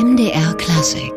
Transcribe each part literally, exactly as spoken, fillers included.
M D R Klassik.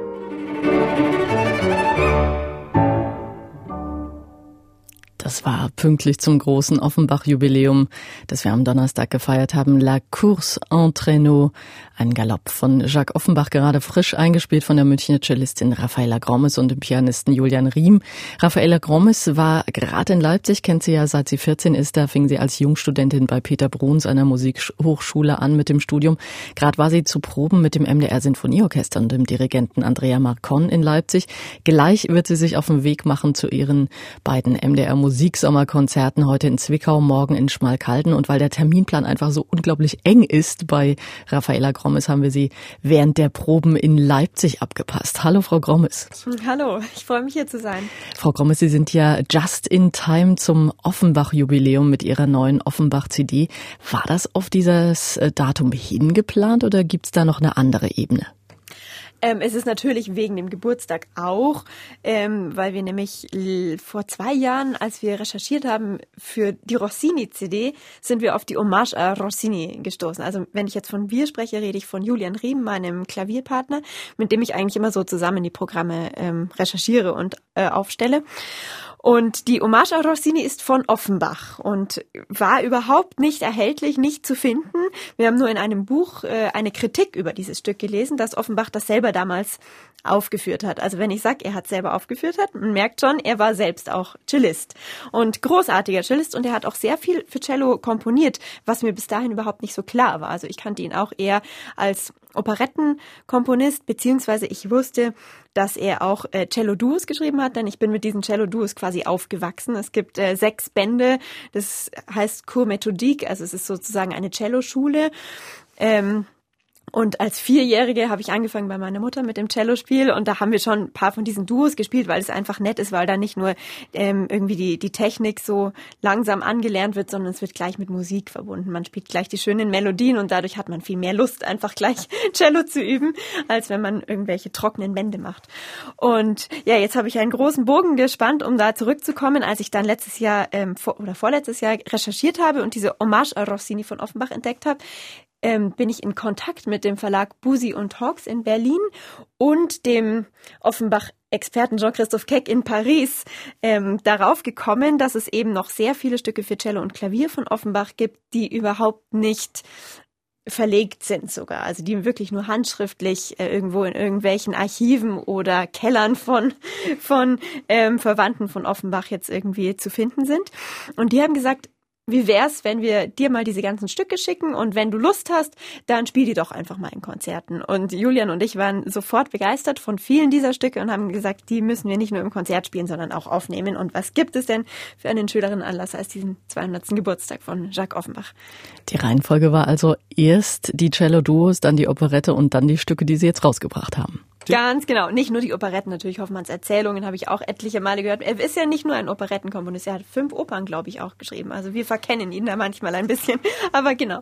Das war pünktlich zum großen Offenbach-Jubiläum, das wir am Donnerstag gefeiert haben. La Course en Traîneau, ein Galopp von Jacques Offenbach, gerade frisch eingespielt von der Münchner Cellistin Raffaella Grommes und dem Pianisten Julian Riem. Raffaella Grommes war gerade in Leipzig, kennt sie ja seit sie vierzehn ist. Da fing sie als Jungstudentin bei Peter Bruns, einer Musikhochschule, an mit dem Studium. Gerade war sie zu Proben mit dem M D R Sinfonieorchester und dem Dirigenten Andrea Marcon in Leipzig. Gleich wird sie sich auf den Weg machen zu ihren beiden M D R Musiksommerkonzerten, heute in Zwickau, morgen in Schmalkalden. Und weil der Terminplan einfach so unglaublich eng ist bei Raffaella Grommes, haben wir sie während der Proben in Leipzig abgepasst. Hallo, Frau Grommes. Hallo, ich freue mich, hier zu sein. Frau Grommes, Sie sind ja just in time zum Offenbach-Jubiläum mit Ihrer neuen Offenbach-C D. War das auf dieses Datum hingeplant oder gibt es da noch eine andere Ebene? Ähm, es ist natürlich wegen dem Geburtstag auch, ähm, weil wir nämlich l- vor zwei Jahren, als wir recherchiert haben für die Rossini-C D, sind wir auf die Hommage à Rossini gestoßen. Also wenn ich jetzt von wir spreche, rede ich von Julian Riem, meinem Klavierpartner, mit dem ich eigentlich immer so zusammen die Programme ähm, recherchiere und äh, aufstelle. Und die Hommage à Rossini ist von Offenbach und war überhaupt nicht erhältlich, nicht zu finden. Wir haben nur in einem Buch äh, eine Kritik über dieses Stück gelesen, dass Offenbach das selber damals aufgeführt hat. Also wenn ich sage, er hat selber aufgeführt hat, man merkt schon, er war selbst auch Cellist und großartiger Cellist und er hat auch sehr viel für Cello komponiert, was mir bis dahin überhaupt nicht so klar war. Also ich kannte ihn auch eher als Operettenkomponist, beziehungsweise ich wusste, dass er auch äh, Cello-Duos geschrieben hat, denn ich bin mit diesen Cello-Duos quasi aufgewachsen. Es gibt äh, sechs Bände, das heißt Cours Méthodique, also es ist sozusagen eine Celloschule. Ähm, Und als Vierjährige habe ich angefangen bei meiner Mutter mit dem Cellospiel und da haben wir schon ein paar von diesen Duos gespielt, weil es einfach nett ist, weil da nicht nur ähm, irgendwie die die Technik so langsam angelernt wird, sondern es wird gleich mit Musik verbunden. Man spielt gleich die schönen Melodien und dadurch hat man viel mehr Lust, einfach gleich Cello zu üben, als wenn man irgendwelche trockenen Bände macht. Und ja, jetzt habe ich einen großen Bogen gespannt, um da zurückzukommen, als ich dann letztes Jahr ähm, vor, oder vorletztes Jahr recherchiert habe und diese Hommage à Rossini von Offenbach entdeckt habe. Ähm, bin ich in Kontakt mit dem Verlag Busi und Hawks in Berlin und dem Offenbach-Experten Jean-Christophe Keck in Paris ähm, darauf gekommen, dass es eben noch sehr viele Stücke für Cello und Klavier von Offenbach gibt, die überhaupt nicht verlegt sind sogar, also die wirklich nur handschriftlich äh, irgendwo in irgendwelchen Archiven oder Kellern von von ähm, Verwandten von Offenbach jetzt irgendwie zu finden sind. Und die haben gesagt, wie wär's, wenn wir dir mal diese ganzen Stücke schicken und wenn du Lust hast, dann spiel die doch einfach mal in Konzerten. Und Julian und ich waren sofort begeistert von vielen dieser Stücke und haben gesagt, die müssen wir nicht nur im Konzert spielen, sondern auch aufnehmen. Und was gibt es denn für einen schöneren Anlass als diesen zweihundertsten Geburtstag von Jacques Offenbach? Die Reihenfolge war also erst die Cello-Duos, dann die Operette und dann die Stücke, die Sie jetzt rausgebracht haben. Ganz genau. Nicht nur die Operetten, natürlich Hoffmanns Erzählungen habe ich auch etliche Male gehört. Er ist ja nicht nur ein Operettenkomponist, er hat fünf Opern, glaube ich, auch geschrieben. Also wir verkennen ihn da manchmal ein bisschen. Aber genau.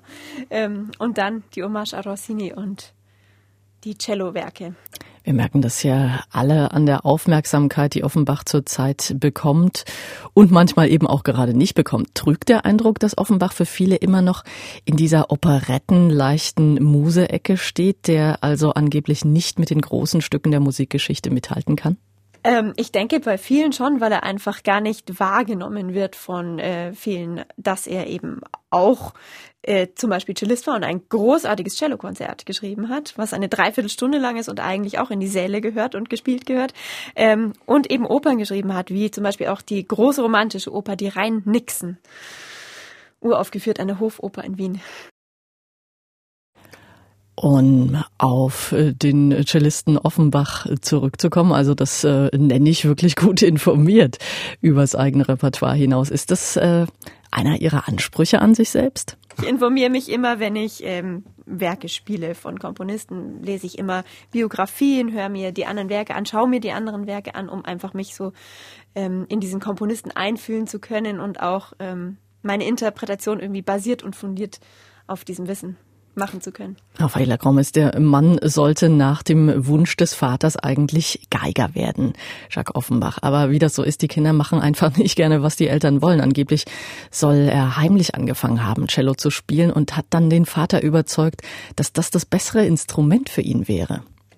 Und dann die Hommage à Rossini und die Cello-Werke. Wir merken das ja alle an der Aufmerksamkeit, die Offenbach zurzeit bekommt und manchmal eben auch gerade nicht bekommt. Trügt der Eindruck, dass Offenbach für viele immer noch in dieser operettenleichten Muse-Ecke steht, der also angeblich nicht mit den großen Stücken der Musikgeschichte mithalten kann? Ähm, ich denke bei vielen schon, weil er einfach gar nicht wahrgenommen wird von äh, vielen, dass er eben auch äh, zum Beispiel Cellist war und ein großartiges Cellokonzert geschrieben hat, was eine Dreiviertelstunde lang ist und eigentlich auch in die Säle gehört und gespielt gehört. Ähm, und eben Opern geschrieben hat, wie zum Beispiel auch die große romantische Oper Die Rhein-Nixen, uraufgeführt an der Hofoper in Wien. Um auf den Cellisten Offenbach zurückzukommen, also das äh, nenne ich wirklich gut informiert übers eigene Repertoire hinaus. Ist das äh, einer Ihrer Ansprüche an sich selbst? Ich informiere mich immer, wenn ich ähm, Werke spiele von Komponisten, lese ich immer Biografien, höre mir die anderen Werke an, schaue mir die anderen Werke an, um einfach mich so ähm, in diesen Komponisten einfühlen zu können und auch ähm, meine Interpretation irgendwie basiert und fundiert auf diesem Wissen machen zu können. Raffaella Grommes, der Mann sollte nach dem Wunsch des Vaters eigentlich Geiger werden, Jacques Offenbach. Aber wie das so ist, die Kinder machen einfach nicht gerne, was die Eltern wollen. Angeblich soll er heimlich angefangen haben, Cello zu spielen und hat dann den Vater überzeugt, dass das das bessere Instrument für ihn wäre.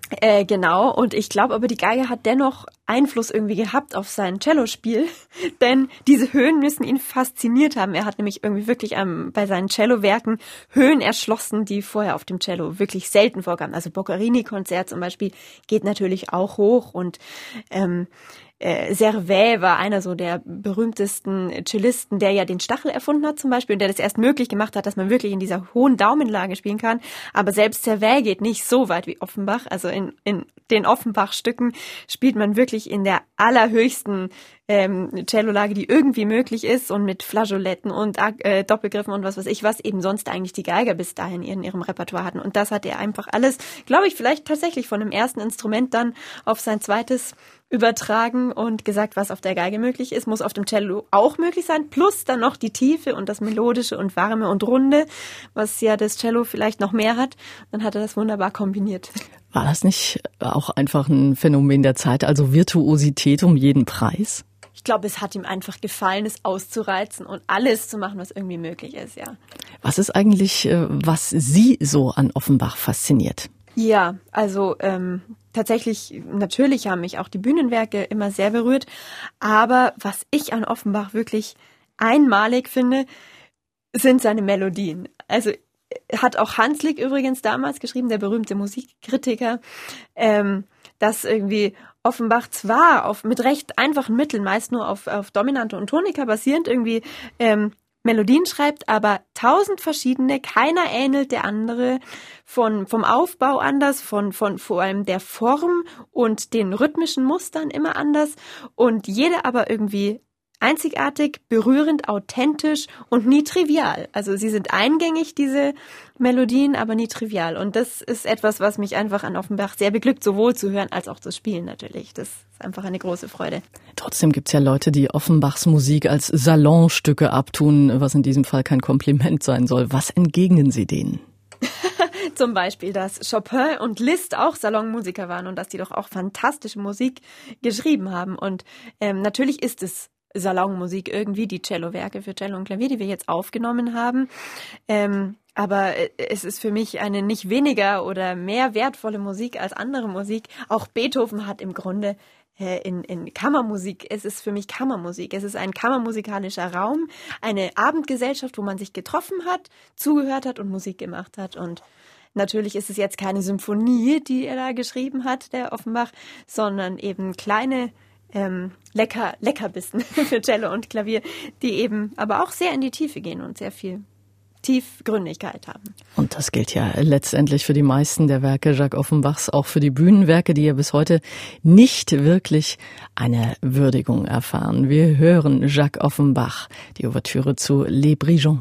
Äh, genau, und ich glaube aber, die Geige hat dennoch Einfluss irgendwie gehabt auf sein Cellospiel, denn diese Höhen müssen ihn fasziniert haben. Er hat nämlich irgendwie wirklich ähm, bei seinen Cellowerken Höhen erschlossen, die vorher auf dem Cello wirklich selten vorkamen. Also Boccherini-Konzert zum Beispiel geht natürlich auch hoch und ähm, Äh, Servais war einer so der berühmtesten Cellisten, der ja den Stachel erfunden hat zum Beispiel und der das erst möglich gemacht hat, dass man wirklich in dieser hohen Daumenlage spielen kann. Aber selbst Servais geht nicht so weit wie Offenbach. Also in, in den Offenbach-Stücken spielt man wirklich in der allerhöchsten ähm, Cellolage, die irgendwie möglich ist und mit Flageoletten und äh, Doppelgriffen und was weiß ich, was eben sonst eigentlich die Geiger bis dahin in ihrem Repertoire hatten. Und das hat er einfach alles, glaube ich, vielleicht tatsächlich von dem ersten Instrument dann auf sein zweites übertragen und gesagt, was auf der Geige möglich ist, muss auf dem Cello auch möglich sein, plus dann noch die Tiefe und das Melodische und Warme und Runde, was ja das Cello vielleicht noch mehr hat. Dann hat er das wunderbar kombiniert. War das nicht auch einfach ein Phänomen der Zeit, also Virtuosität um jeden Preis? Ich glaube, es hat ihm einfach gefallen, es auszureizen und alles zu machen, was irgendwie möglich ist, ja. Was ist eigentlich, was Sie so an Offenbach fasziniert? Ja, also ähm, tatsächlich, natürlich haben mich auch die Bühnenwerke immer sehr berührt, aber was ich an Offenbach wirklich einmalig finde, sind seine Melodien. Also hat auch Hanslick übrigens damals geschrieben, der berühmte Musikkritiker, ähm, dass irgendwie Offenbach zwar auf mit recht einfachen Mitteln, meist nur auf, auf Dominante und Tonika basierend, irgendwie ähm, Melodien schreibt, aber tausend verschiedene, keiner ähnelt der andere, von vom Aufbau anders, von von vor allem der Form und den rhythmischen Mustern immer anders und jede aber irgendwie einzigartig, berührend, authentisch und nie trivial. Also sie sind eingängig, diese Melodien, aber nie trivial. Und das ist etwas, was mich einfach an Offenbach sehr beglückt, sowohl zu hören als auch zu spielen natürlich. Das ist einfach eine große Freude. Trotzdem gibt's ja Leute, die Offenbachs Musik als Salonstücke abtun, was in diesem Fall kein Kompliment sein soll. Was entgegnen Sie denen? Zum Beispiel, dass Chopin und Liszt auch Salonmusiker waren und dass die doch auch fantastische Musik geschrieben haben. Und ähm, natürlich ist es Salonmusik irgendwie, die Cellowerke für Cello und Klavier, die wir jetzt aufgenommen haben. Ähm, aber es ist für mich eine nicht weniger oder mehr wertvolle Musik als andere Musik. Auch Beethoven hat im Grunde äh, in, in Kammermusik, es ist für mich Kammermusik. Es ist ein kammermusikalischer Raum, eine Abendgesellschaft, wo man sich getroffen hat, zugehört hat und Musik gemacht hat. Und natürlich ist es jetzt keine Symphonie, die er da geschrieben hat, der Offenbach, sondern eben kleine Ähm, lecker, Leckerbissen für Cello und Klavier, die eben aber auch sehr in die Tiefe gehen und sehr viel Tiefgründigkeit haben. Und das gilt ja letztendlich für die meisten der Werke Jacques Offenbachs, auch für die Bühnenwerke, die ja bis heute nicht wirklich eine Würdigung erfahren. Wir hören Jacques Offenbach, die Ouvertüre zu Les Brigands.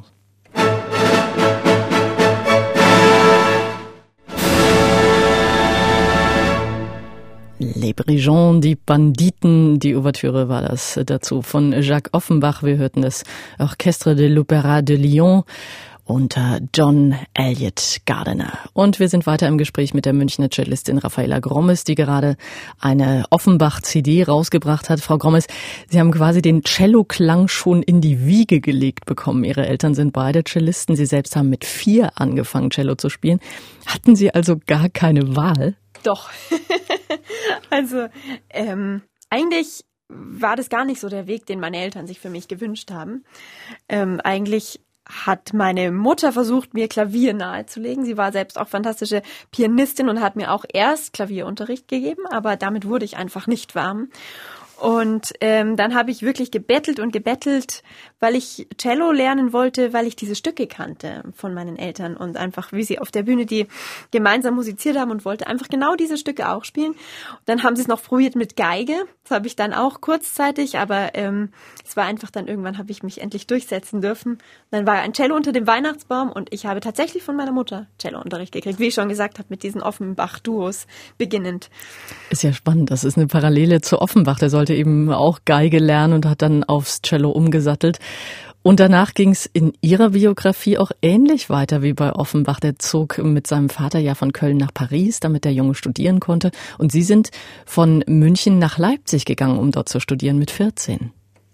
Les Brigands, die Banditen, die Ouvertüre war das dazu von Jacques Offenbach. Wir hörten das Orchestre de l'Opéra de Lyon unter John Elliott Gardiner. Und wir sind weiter im Gespräch mit der Münchner Cellistin Raffaella Grommes, die gerade eine Offenbach-C D rausgebracht hat. Frau Grommes, Sie haben quasi den Celloklang schon in die Wiege gelegt bekommen. Ihre Eltern sind beide Cellisten. Sie selbst haben mit vier angefangen, Cello zu spielen. Hatten Sie also gar keine Wahl? Doch. Also ähm, eigentlich war das gar nicht so der Weg, den meine Eltern sich für mich gewünscht haben. Ähm, eigentlich hat meine Mutter versucht, mir Klavier nahezulegen. Sie war selbst auch fantastische Pianistin und hat mir auch erst Klavierunterricht gegeben, aber damit wurde ich einfach nicht warm. Und ähm, dann habe ich wirklich gebettelt und gebettelt, weil ich Cello lernen wollte, weil ich diese Stücke kannte von meinen Eltern und einfach, wie sie auf der Bühne die gemeinsam musiziert haben und wollte einfach genau diese Stücke auch spielen. Und dann haben sie es noch probiert mit Geige. Das habe ich dann auch kurzzeitig, aber ähm, es war einfach dann irgendwann, habe ich mich endlich durchsetzen dürfen. Und dann war ein Cello unter dem Weihnachtsbaum und ich habe tatsächlich von meiner Mutter Cellounterricht gekriegt, wie ich schon gesagt habe, mit diesen Offenbach-Duos beginnend. Ist ja spannend, das ist eine Parallele zu Offenbach, der sollte eben auch Geige lernen und hat dann aufs Cello umgesattelt. Und danach ging es in Ihrer Biografie auch ähnlich weiter wie bei Offenbach. Der zog mit seinem Vater ja von Köln nach Paris, damit der Junge studieren konnte. Und Sie sind von München nach Leipzig gegangen, um dort zu studieren mit vierzehn.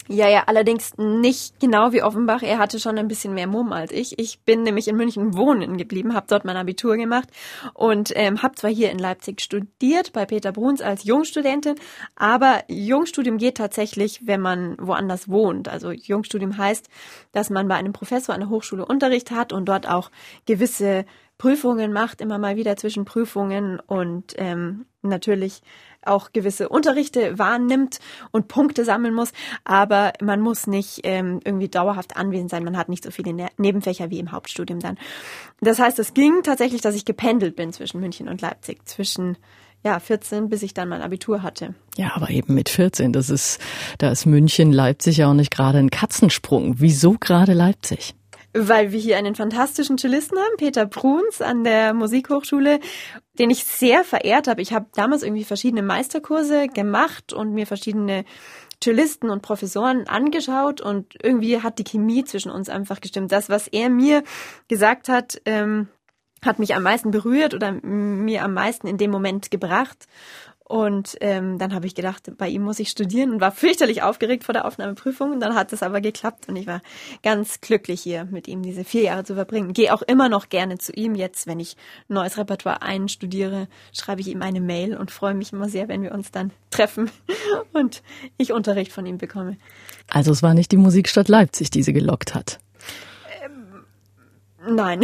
Ja, ja, allerdings nicht genau wie Offenbach. Er hatte schon ein bisschen mehr Mumm als ich. Ich bin nämlich in München wohnen geblieben, habe dort mein Abitur gemacht und ähm, habe zwar hier in Leipzig studiert, bei Peter Bruns als Jungstudentin, aber Jungstudium geht tatsächlich, wenn man woanders wohnt. Also Jungstudium heißt, dass man bei einem Professor an der Hochschule Unterricht hat und dort auch gewisse Prüfungen macht, immer mal wieder zwischen Prüfungen und ähm, natürlich auch gewisse Unterrichte wahrnimmt und Punkte sammeln muss, aber man muss nicht ähm, irgendwie dauerhaft anwesend sein. Man hat nicht so viele ne- Nebenfächer wie im Hauptstudium dann. Das heißt, es ging tatsächlich, dass ich gependelt bin zwischen München und Leipzig, zwischen ja vierzehn, bis ich dann mein Abitur hatte. Ja, aber eben mit vierzehn, das ist, da ist München, Leipzig ja auch nicht gerade ein Katzensprung. Wieso gerade Leipzig? Weil wir hier einen fantastischen Cellisten haben, Peter Bruns an der Musikhochschule, den ich sehr verehrt habe. Ich habe damals irgendwie verschiedene Meisterkurse gemacht und mir verschiedene Cellisten und Professoren angeschaut und irgendwie hat die Chemie zwischen uns einfach gestimmt. Das, was er mir gesagt hat, ähm, hat mich am meisten berührt oder mir am meisten in dem Moment gebracht. Und ähm, dann habe ich gedacht, bei ihm muss ich studieren und war fürchterlich aufgeregt vor der Aufnahmeprüfung. Und dann hat es aber geklappt und ich war ganz glücklich, hier mit ihm diese vier Jahre zu verbringen. Gehe auch immer noch gerne zu ihm. Jetzt, wenn ich neues Repertoire einstudiere, schreibe ich ihm eine Mail und freue mich immer sehr, wenn wir uns dann treffen und ich Unterricht von ihm bekomme. Also es war nicht die Musikstadt Leipzig, die sie gelockt hat? Nein.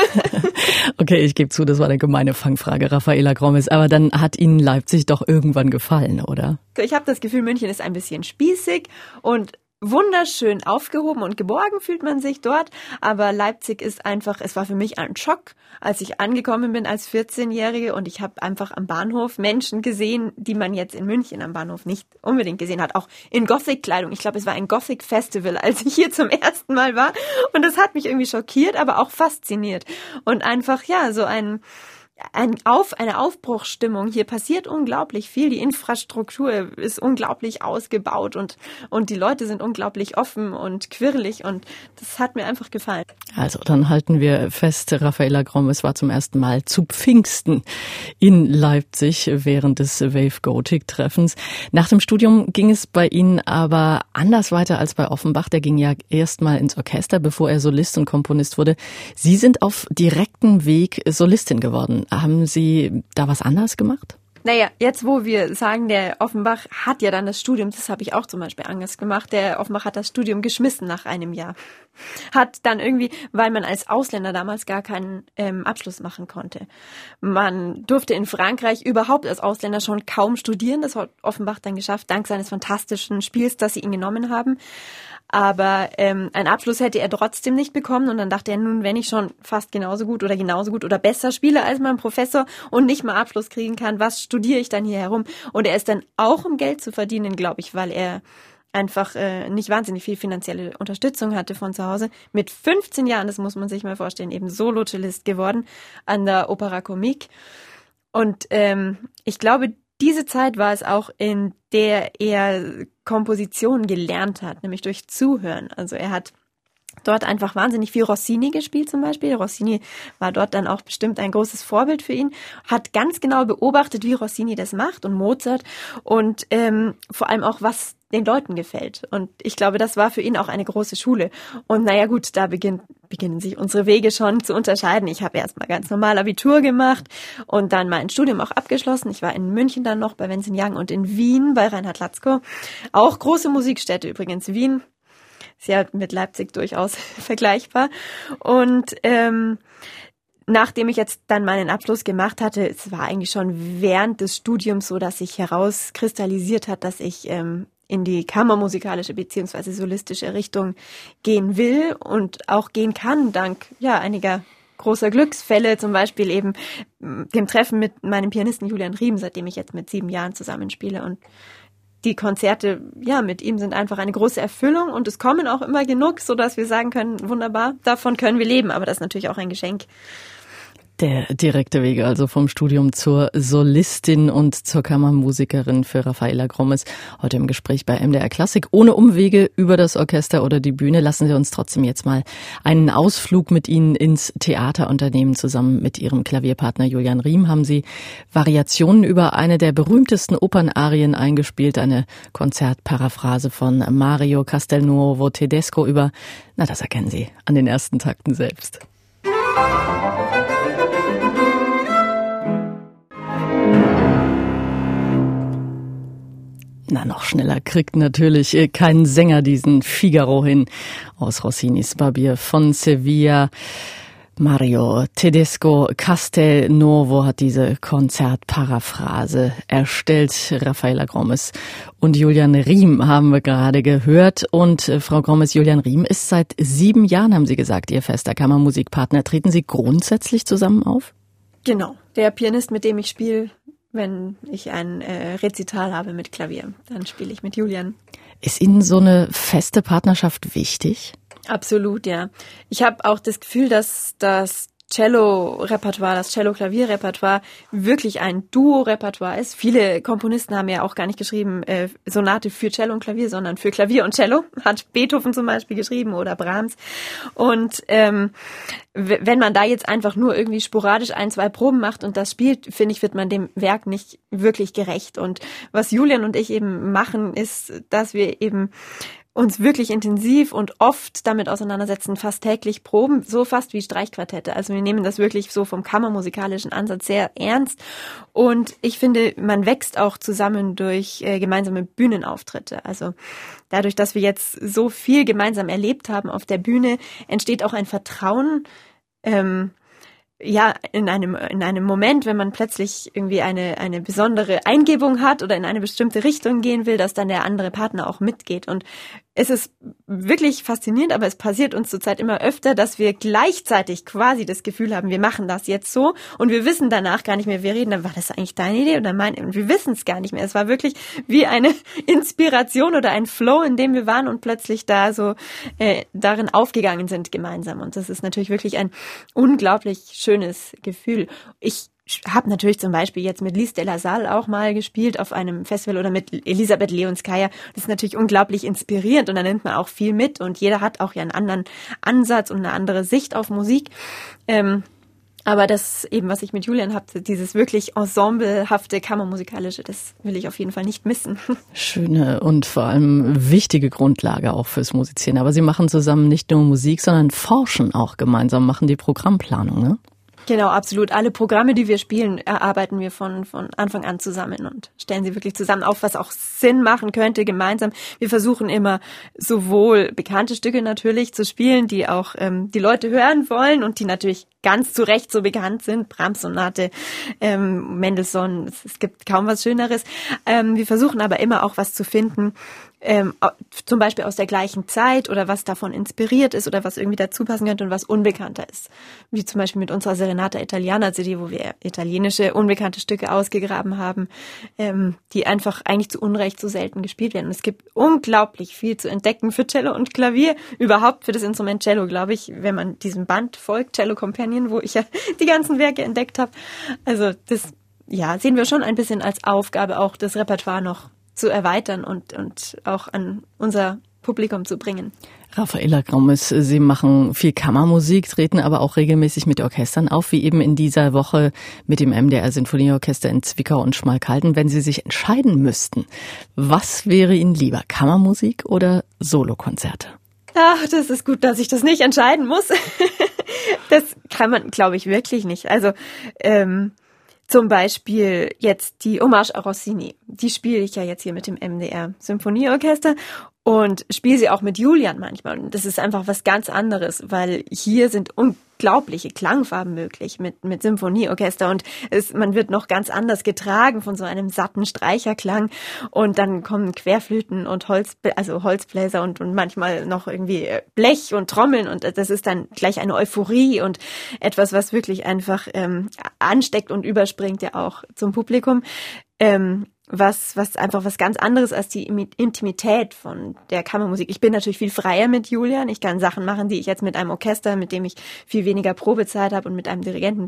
Okay, ich gebe zu, das war eine gemeine Fangfrage, Raffaela Grommes. Aber dann hat Ihnen Leipzig doch irgendwann gefallen, oder? Ich habe das Gefühl, München ist ein bisschen spießig und wunderschön aufgehoben und geborgen fühlt man sich dort. Aber Leipzig ist einfach, es war für mich ein Schock, als ich angekommen bin als vierzehnjährige und ich habe einfach am Bahnhof Menschen gesehen, die man jetzt in München am Bahnhof nicht unbedingt gesehen hat. Auch in Gothic-Kleidung. Ich glaube, es war ein Gothic-Festival, als ich hier zum ersten Mal war. Und das hat mich irgendwie schockiert, aber auch fasziniert. Und einfach, ja, so ein... Ein Auf, eine Aufbruchsstimmung. Hier passiert unglaublich viel. Die Infrastruktur ist unglaublich ausgebaut und, und die Leute sind unglaublich offen und quirlig und das hat mir einfach gefallen. Also dann halten wir fest, Raffaela Grommes war zum ersten Mal zu Pfingsten in Leipzig während des Wave Gothic Treffens. Nach dem Studium ging es bei Ihnen aber anders weiter als bei Offenbach. Der ging ja erst mal ins Orchester, bevor er Solist und Komponist wurde. Sie sind auf direktem Weg Solistin geworden. Haben Sie da was anders gemacht? Naja, jetzt wo wir sagen, der Offenbach hat ja dann das Studium, das habe ich auch zum Beispiel anders gemacht, der Offenbach hat das Studium geschmissen nach einem Jahr. Hat dann irgendwie, weil man als Ausländer damals gar keinen ähm, Abschluss machen konnte. Man durfte in Frankreich überhaupt als Ausländer schon kaum studieren, das hat Offenbach dann geschafft, dank seines fantastischen Spiels, das sie ihn genommen haben. Aber ähm, einen Abschluss hätte er trotzdem nicht bekommen und dann dachte er, nun, wenn ich schon fast genauso gut oder genauso gut oder besser spiele als mein Professor und nicht mal Abschluss kriegen kann, was studiere ich dann hier herum? Und er ist dann auch, um Geld zu verdienen, glaube ich, weil er einfach äh, nicht wahnsinnig viel finanzielle Unterstützung hatte von zu Hause. Mit fünfzehn Jahren, das muss man sich mal vorstellen, eben Solo-Cellist geworden an der Opéra Comique. Und ähm, ich glaube, diese Zeit war es auch, in der er Komposition gelernt hat, nämlich durch Zuhören. Also er hat dort einfach wahnsinnig viel Rossini gespielt zum Beispiel. Rossini war dort dann auch bestimmt ein großes Vorbild für ihn, hat ganz genau beobachtet, wie Rossini das macht und Mozart und ähm, vor allem auch, was den Leuten gefällt. Und ich glaube, das war für ihn auch eine große Schule. Und naja gut, da beginnt, beginnen sich unsere Wege schon zu unterscheiden. Ich habe erst mal ganz normal Abitur gemacht und dann mein Studium auch abgeschlossen. Ich war in München dann noch bei Vincent Young und in Wien bei Reinhard Latzko. Auch große Musikstätte übrigens, Wien. Ist ja mit Leipzig durchaus vergleichbar. Und ähm, nachdem ich jetzt dann meinen Abschluss gemacht hatte, es war eigentlich schon während des Studiums so, dass sich herauskristallisiert hat, dass ich ähm, in die kammermusikalische beziehungsweise solistische Richtung gehen will und auch gehen kann, dank ja einiger großer Glücksfälle, zum Beispiel eben dem Treffen mit meinem Pianisten Julian Riem, seitdem ich jetzt mit sieben Jahren zusammenspiele. Und die Konzerte, ja, mit ihm sind einfach eine große Erfüllung und es kommen auch immer genug, so dass wir sagen können, wunderbar, davon können wir leben, aber das ist natürlich auch ein Geschenk. Der direkte Weg also vom Studium zur Solistin und zur Kammermusikerin für Raffaella Grommes. Heute im Gespräch bei M D R Klassik. Ohne Umwege über das Orchester oder die Bühne lassen Sie uns trotzdem jetzt mal einen Ausflug mit Ihnen ins Theater unternehmen. Zusammen mit Ihrem Klavierpartner Julian Riem haben Sie Variationen über eine der berühmtesten Opernarien eingespielt. Eine Konzertparaphrase von Mario Castelnuovo Tedesco über, na das erkennen Sie an den ersten Takten selbst. Na, noch schneller kriegt natürlich kein Sänger diesen Figaro hin. Aus Rossinis Barbier von Sevilla. Mario Tedesco Castelnuovo hat diese Konzertparaphrase erstellt. Raffaella Grommes und Julian Riem haben wir gerade gehört. Und äh, Frau Grommes, Julian Riem ist seit sieben Jahren, haben Sie gesagt, Ihr fester Kammermusikpartner. Treten Sie grundsätzlich zusammen auf? Genau. Der Pianist, mit dem ich spiele, wenn ich ein äh, Rezital habe mit Klavier, dann spiele ich mit Julian. Ist Ihnen so eine feste Partnerschaft wichtig? Absolut, ja. Ich habe auch das Gefühl, dass das Cello-Repertoire, das Cello-Klavier-Repertoire wirklich ein Duo-Repertoire ist. Viele Komponisten haben ja auch gar nicht geschrieben äh, Sonate für Cello und Klavier, sondern für Klavier und Cello. Hat Beethoven zum Beispiel geschrieben oder Brahms. Und ähm, w- wenn man da jetzt einfach nur irgendwie sporadisch ein, zwei Proben macht und das spielt, finde ich, wird man dem Werk nicht wirklich gerecht. Und was Julian und ich eben machen, ist, dass wir eben uns wirklich intensiv und oft damit auseinandersetzen, fast täglich proben, so fast wie Streichquartette. Also wir nehmen das wirklich so vom kammermusikalischen Ansatz sehr ernst. Und ich finde, man wächst auch zusammen durch äh, gemeinsame Bühnenauftritte. Also dadurch, dass wir jetzt so viel gemeinsam erlebt haben auf der Bühne, entsteht auch ein Vertrauen, ähm, ja, in einem, in einem Moment, wenn man plötzlich irgendwie eine, eine besondere Eingebung hat oder in eine bestimmte Richtung gehen will, dass dann der andere Partner auch mitgeht. Und es ist wirklich faszinierend, aber es passiert uns zurzeit immer öfter, dass wir gleichzeitig quasi das Gefühl haben, wir machen das jetzt so und wir wissen danach gar nicht mehr, wir reden, dann war das eigentlich deine Idee oder meine, und wir wissen es gar nicht mehr. Es war wirklich wie eine Inspiration oder ein Flow, in dem wir waren und plötzlich da so äh, darin aufgegangen sind gemeinsam. Und das ist natürlich wirklich ein unglaublich schönes Gefühl. Ich habe natürlich zum Beispiel jetzt mit Lise de la Salle auch mal gespielt auf einem Festival oder mit Elisabeth Leonskaya. Das ist natürlich unglaublich inspirierend und da nimmt man auch viel mit und jeder hat auch ja einen anderen Ansatz und eine andere Sicht auf Musik. Ähm, aber das eben, was ich mit Julian habe, dieses wirklich ensemblehafte Kammermusikalische, das will ich auf jeden Fall nicht missen. Schöne und vor allem wichtige Grundlage auch fürs Musizieren. Aber Sie machen zusammen nicht nur Musik, sondern forschen auch gemeinsam, machen die Programmplanung, ne? Genau, absolut. Alle Programme, die wir spielen, erarbeiten wir von von Anfang an zusammen und stellen sie wirklich zusammen auf, was auch Sinn machen könnte gemeinsam. Wir versuchen immer sowohl bekannte Stücke natürlich zu spielen, die auch ähm, die Leute hören wollen und die natürlich ganz zu Recht so bekannt sind. Brahms-Sonate, ähm, Mendelssohn, es, es gibt kaum was Schöneres. Ähm, wir versuchen aber immer auch was zu finden, Ähm, zum Beispiel aus der gleichen Zeit oder was davon inspiriert ist oder was irgendwie dazu passen könnte und was unbekannter ist. Wie zum Beispiel mit unserer Serenata Italiana C D, wo wir italienische, unbekannte Stücke ausgegraben haben, ähm, die einfach eigentlich zu Unrecht so selten gespielt werden. Und es gibt unglaublich viel zu entdecken für Cello und Klavier, überhaupt für das Instrument Cello, glaube ich, wenn man diesem Band folgt, Cello Companion, wo ich ja die ganzen Werke entdeckt habe. Also das, ja, sehen wir schon ein bisschen als Aufgabe, auch das Repertoire noch zu erweitern und, und auch an unser Publikum zu bringen. Raffaella Grommes, Sie machen viel Kammermusik, treten aber auch regelmäßig mit Orchestern auf, wie eben in dieser Woche mit dem M D R Sinfonieorchester in Zwickau und Schmalkalden. Wenn Sie sich entscheiden müssten, was wäre Ihnen lieber, Kammermusik oder Solokonzerte? Ach, das ist gut, dass ich das nicht entscheiden muss. Das kann man, glaube ich, wirklich nicht. Also, ähm, zum Beispiel jetzt die Hommage à Rossini. Die spiele ich ja jetzt hier mit dem M D R Symphonieorchester und spiele sie auch mit Julian manchmal. Und das ist einfach was ganz anderes, weil hier sind unglaubliche Klangfarben möglich mit mit Symphonieorchester und es, man wird noch ganz anders getragen von so einem satten Streicherklang und dann kommen Querflöten und Holz, also Holzbläser und, und manchmal noch irgendwie Blech und Trommeln und das ist dann gleich eine Euphorie und etwas, was wirklich einfach ähm, ansteckt und überspringt ja auch zum Publikum. Ähm, was was einfach was ganz anderes als die Intimität von der Kammermusik. Ich bin natürlich viel freier mit Julian. Ich kann Sachen machen, die ich jetzt mit einem Orchester, mit dem ich viel weniger Probezeit habe und mit einem Dirigenten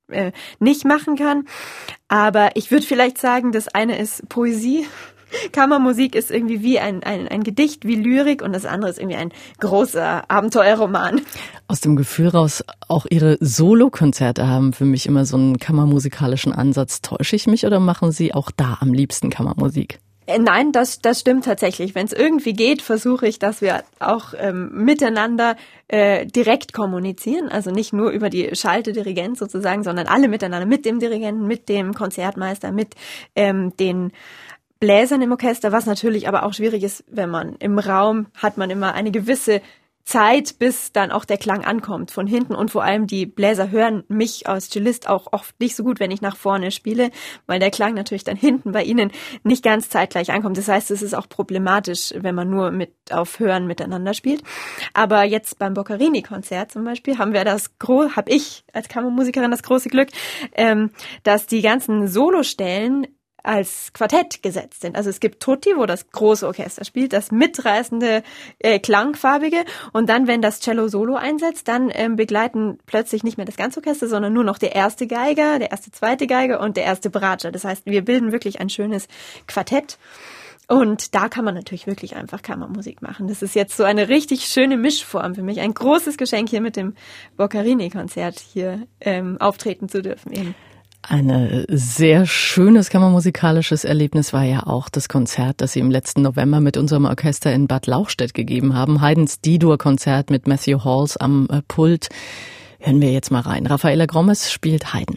äh, nicht machen kann. Aber ich würde vielleicht sagen, das eine ist Poesie. Kammermusik ist irgendwie wie ein, ein, ein Gedicht, wie Lyrik, und das andere ist irgendwie ein großer Abenteuerroman. Aus dem Gefühl raus, auch Ihre Solokonzerte haben für mich immer so einen kammermusikalischen Ansatz. Täusche ich mich oder machen Sie auch da am liebsten Kammermusik? Nein, das, das stimmt tatsächlich. Wenn es irgendwie geht, versuche ich, dass wir auch ähm, miteinander äh, direkt kommunizieren. Also nicht nur über die Schalte Dirigent sozusagen, sondern alle miteinander, mit dem Dirigenten, mit dem Konzertmeister, mit ähm, den Bläsern im Orchester, was natürlich aber auch schwierig ist, wenn man im Raum hat man immer eine gewisse Zeit, bis dann auch der Klang ankommt von hinten, und vor allem die Bläser hören mich als Cellist auch oft nicht so gut, wenn ich nach vorne spiele, weil der Klang natürlich dann hinten bei ihnen nicht ganz zeitgleich ankommt. Das heißt, es ist auch problematisch, wenn man nur mit auf Hören miteinander spielt. Aber jetzt beim Boccherini-Konzert zum Beispiel haben wir das gro- habe ich als Kammermusikerin das große Glück, ähm, dass die ganzen Solostellen als Quartett gesetzt sind. Also es gibt Tutti, wo das große Orchester spielt, das mitreißende, äh, klangfarbige, und dann, wenn das Cello Solo einsetzt, dann ähm, begleiten plötzlich nicht mehr das ganze Orchester, sondern nur noch der erste Geiger, der erste zweite Geiger und der erste Bratscher. Das heißt, wir bilden wirklich ein schönes Quartett. Und da kann man natürlich wirklich einfach Kammermusik machen. Das ist jetzt so eine richtig schöne Mischform für mich. Ein großes Geschenk, hier mit dem Boccherini-Konzert hier ähm, auftreten zu dürfen eben. Ein sehr schönes kammermusikalisches Erlebnis war ja auch das Konzert, das Sie im letzten November mit unserem Orchester in Bad Lauchstädt gegeben haben. Haydns D-Dur-Konzert mit Matthew Halls am Pult. Hören wir jetzt mal rein. Raffaella Grommes spielt Haydn.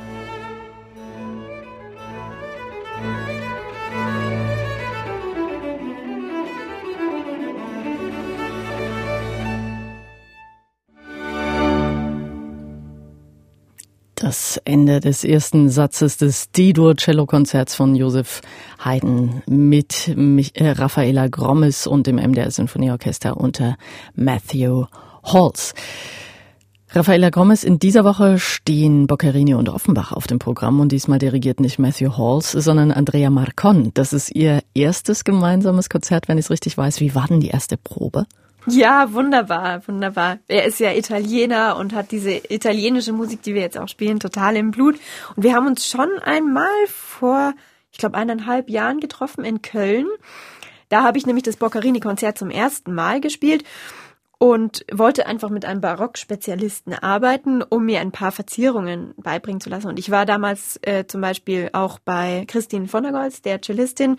Das Ende des ersten Satzes des D-Dur-Cello-Konzerts von Joseph Haydn mit Raffaella Grommes und dem M D R Sinfonieorchester unter Matthew Halls. Raffaella Grommes, in dieser Woche stehen Boccherini und Offenbach auf dem Programm, und diesmal dirigiert nicht Matthew Halls, sondern Andrea Marcon. Das ist ihr erstes gemeinsames Konzert, wenn ich es richtig weiß. Wie war denn die erste Probe? Ja, wunderbar, wunderbar. Er ist ja Italiener und hat diese italienische Musik, die wir jetzt auch spielen, total im Blut. Und wir haben uns schon einmal vor, ich glaube, eineinhalb Jahren getroffen in Köln. Da habe ich nämlich das Boccherini-Konzert zum ersten Mal gespielt und wollte einfach mit einem Barockspezialisten arbeiten, um mir ein paar Verzierungen beibringen zu lassen. Und ich war damals äh, zum Beispiel auch bei Christine von der Goltz, der Cellistin,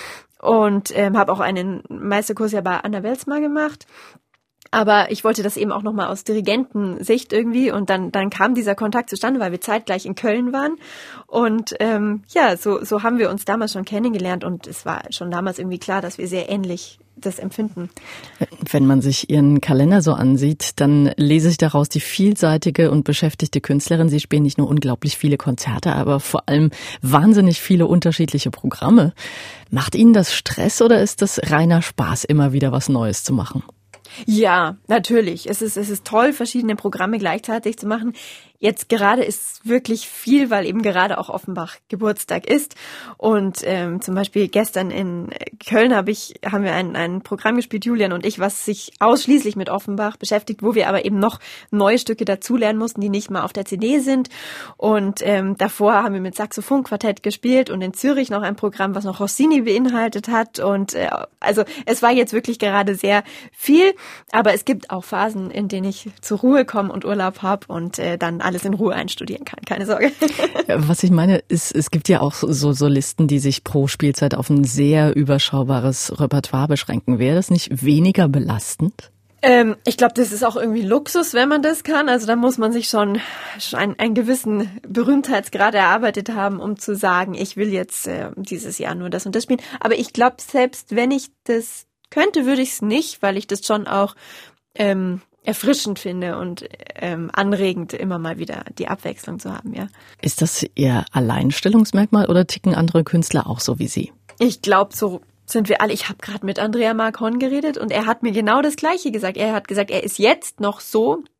und ähm, habe auch einen Meisterkurs ja bei Anna Welzmar gemacht. Aber ich wollte das eben auch nochmal aus Dirigentensicht irgendwie, und dann dann kam dieser Kontakt zustande, weil wir zeitgleich in Köln waren. Und ähm, ja, so so haben wir uns damals schon kennengelernt, und es war schon damals irgendwie klar, dass wir sehr ähnlich das empfinden. Wenn man sich Ihren Kalender so ansieht, dann lese ich daraus die vielseitige und beschäftigte Künstlerin. Sie spielen nicht nur unglaublich viele Konzerte, aber vor allem wahnsinnig viele unterschiedliche Programme. Macht Ihnen das Stress oder ist das reiner Spaß, immer wieder was Neues zu machen? Ja, natürlich. Es ist, es ist toll, verschiedene Programme gleichzeitig zu machen. Jetzt gerade ist wirklich viel, weil eben gerade auch Offenbach Geburtstag ist. Und ähm, zum Beispiel gestern in Köln habe ich, haben wir ein, ein Programm gespielt, Julian und ich, was sich ausschließlich mit Offenbach beschäftigt, wo wir aber eben noch neue Stücke dazulernen mussten, die nicht mal auf der C D sind. Und ähm, davor haben wir mit Saxophonquartett gespielt und in Zürich noch ein Programm, was noch Rossini beinhaltet hat. Und äh, also es war jetzt wirklich gerade sehr viel, aber es gibt auch Phasen, in denen ich zur Ruhe komme und Urlaub habe und äh, dann alles in Ruhe einstudieren kann, keine Sorge. Was ich meine, ist, es gibt ja auch so, so Listen, die sich pro Spielzeit auf ein sehr überschaubares Repertoire beschränken. Wäre das nicht weniger belastend? Ähm, ich glaube, das ist auch irgendwie Luxus, wenn man das kann. Also da muss man sich schon einen, einen gewissen Berühmtheitsgrad erarbeitet haben, um zu sagen, ich will jetzt äh, dieses Jahr nur das und das spielen. Aber ich glaube, selbst wenn ich das könnte, würde ich es nicht, weil ich das schon auch ähm, erfrischend finde und ähm, anregend, immer mal wieder die Abwechslung zu haben, ja. Ist das Ihr Alleinstellungsmerkmal oder ticken andere Künstler auch so wie Sie? Ich glaube, so sind wir alle. Ich habe gerade mit Andrea Marcon geredet und er hat mir genau das Gleiche gesagt. Er hat gesagt, er ist jetzt noch so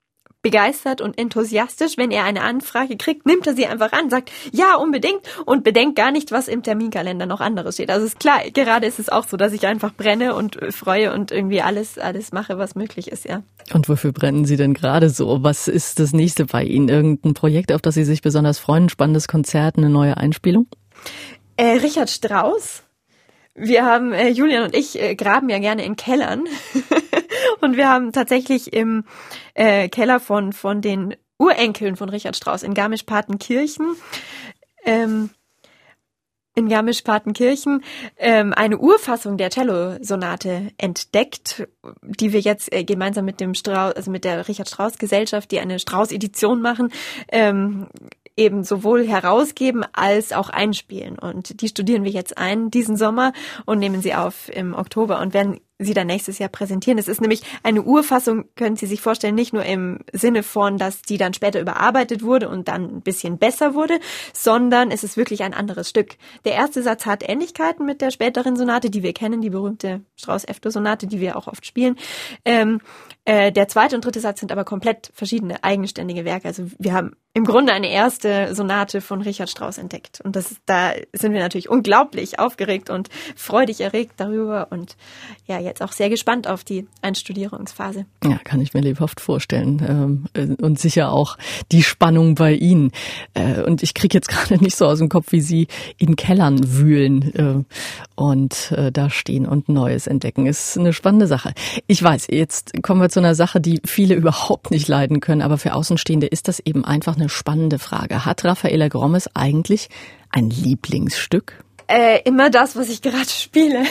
begeistert und enthusiastisch. Wenn er eine Anfrage kriegt, nimmt er sie einfach an, sagt, ja, unbedingt und bedenkt gar nicht, was im Terminkalender noch anderes steht. Also ist klar, gerade ist es auch so, dass ich einfach brenne und freue und irgendwie alles, alles mache, was möglich ist, ja. Und wofür brennen Sie denn gerade so? Was ist das nächste bei Ihnen? Irgendein Projekt, auf das Sie sich besonders freuen? Ein spannendes Konzert, eine neue Einspielung? Äh, Richard Strauss. Wir haben, äh, Julian und ich äh, graben ja gerne in Kellern. Und wir haben tatsächlich im äh, Keller von von den Urenkeln von Richard Strauss in Garmisch-Partenkirchen ähm, in Garmisch-Partenkirchen ähm, eine Urfassung der Cello-Sonate entdeckt, die wir jetzt äh, gemeinsam mit dem Strauss, also mit der Richard Strauss Gesellschaft, die eine Strauss-Edition machen, ähm, eben sowohl herausgeben als auch einspielen. Und die studieren wir jetzt ein diesen Sommer und nehmen sie auf im Oktober und werden sie dann nächstes Jahr präsentieren. Es ist nämlich eine Urfassung, können Sie sich vorstellen, nicht nur im Sinne von, dass die dann später überarbeitet wurde und dann ein bisschen besser wurde, sondern es ist wirklich ein anderes Stück. Der erste Satz hat Ähnlichkeiten mit der späteren Sonate, die wir kennen, die berühmte Strauss-F-Dur-Sonate, die wir auch oft spielen. Ähm, äh, der zweite und dritte Satz sind aber komplett verschiedene, eigenständige Werke. Also wir haben im Grunde eine erste Sonate von Richard Strauss entdeckt. Und das, da sind wir natürlich unglaublich aufgeregt und freudig erregt darüber und ja, jetzt auch sehr gespannt auf die Einstudierungsphase. Ja, kann ich mir lebhaft vorstellen. Und sicher auch die Spannung bei Ihnen. Und ich kriege jetzt gerade nicht so aus dem Kopf, wie Sie in Kellern wühlen und da stehen und Neues entdecken. Ist eine spannende Sache. Ich weiß, jetzt kommen wir zu einer Sache, die viele überhaupt nicht leiden können, aber für Außenstehende ist das eben einfach eine spannende Frage. Hat Raffaella Grommes eigentlich ein Lieblingsstück? Äh, immer das, was ich gerade spiele.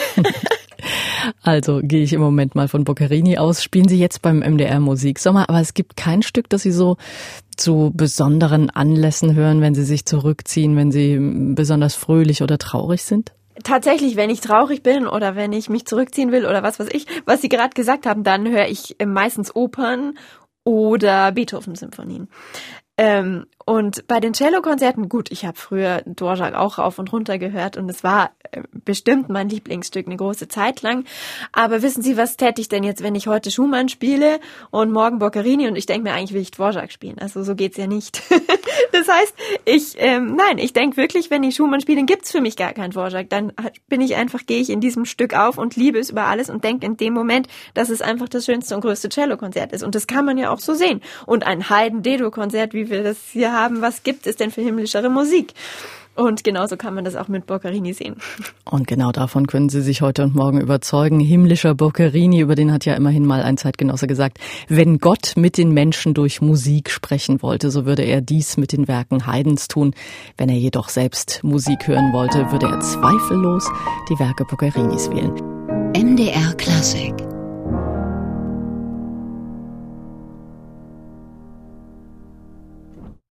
Also gehe ich im Moment mal von Boccherini aus. Spielen Sie jetzt beim M D R Musiksommer, aber es gibt kein Stück, das Sie so zu besonderen Anlässen hören, wenn Sie sich zurückziehen, wenn Sie besonders fröhlich oder traurig sind? Tatsächlich, wenn ich traurig bin oder wenn ich mich zurückziehen will oder was weiß ich, was Sie gerade gesagt haben, dann höre ich meistens Opern oder Beethoven-Symphonien. Ähm, und bei den Cellokonzerten, gut, ich habe früher Dvorak auch rauf und runter gehört und es war äh, bestimmt mein Lieblingsstück eine große Zeit lang. Aber wissen Sie, was täte ich denn jetzt, wenn ich heute Schumann spiele und morgen Boccherini und ich denke mir, eigentlich will ich Dvorak spielen. Also so geht's ja nicht. Das heißt, ich, ähm, nein, ich denke wirklich, wenn ich Schumann spiele, dann gibt's für mich gar keinen Dvorak. Dann bin ich einfach, gehe ich in diesem Stück auf und liebe es über alles und denke in dem Moment, dass es einfach das schönste und größte Cellokonzert ist. Und das kann man ja auch so sehen. Und ein Haydn-Dedo-Konzert, wie wir das hier haben, was gibt es denn für himmlischere Musik? Und genauso kann man das auch mit Boccherini sehen. Und genau davon können Sie sich heute und morgen überzeugen. Himmlischer Boccherini, über den hat ja immerhin mal ein Zeitgenosse gesagt, wenn Gott mit den Menschen durch Musik sprechen wollte, so würde er dies mit den Werken Haydns tun. Wenn er jedoch selbst Musik hören wollte, würde er zweifellos die Werke Boccherinis wählen. M D R Klassik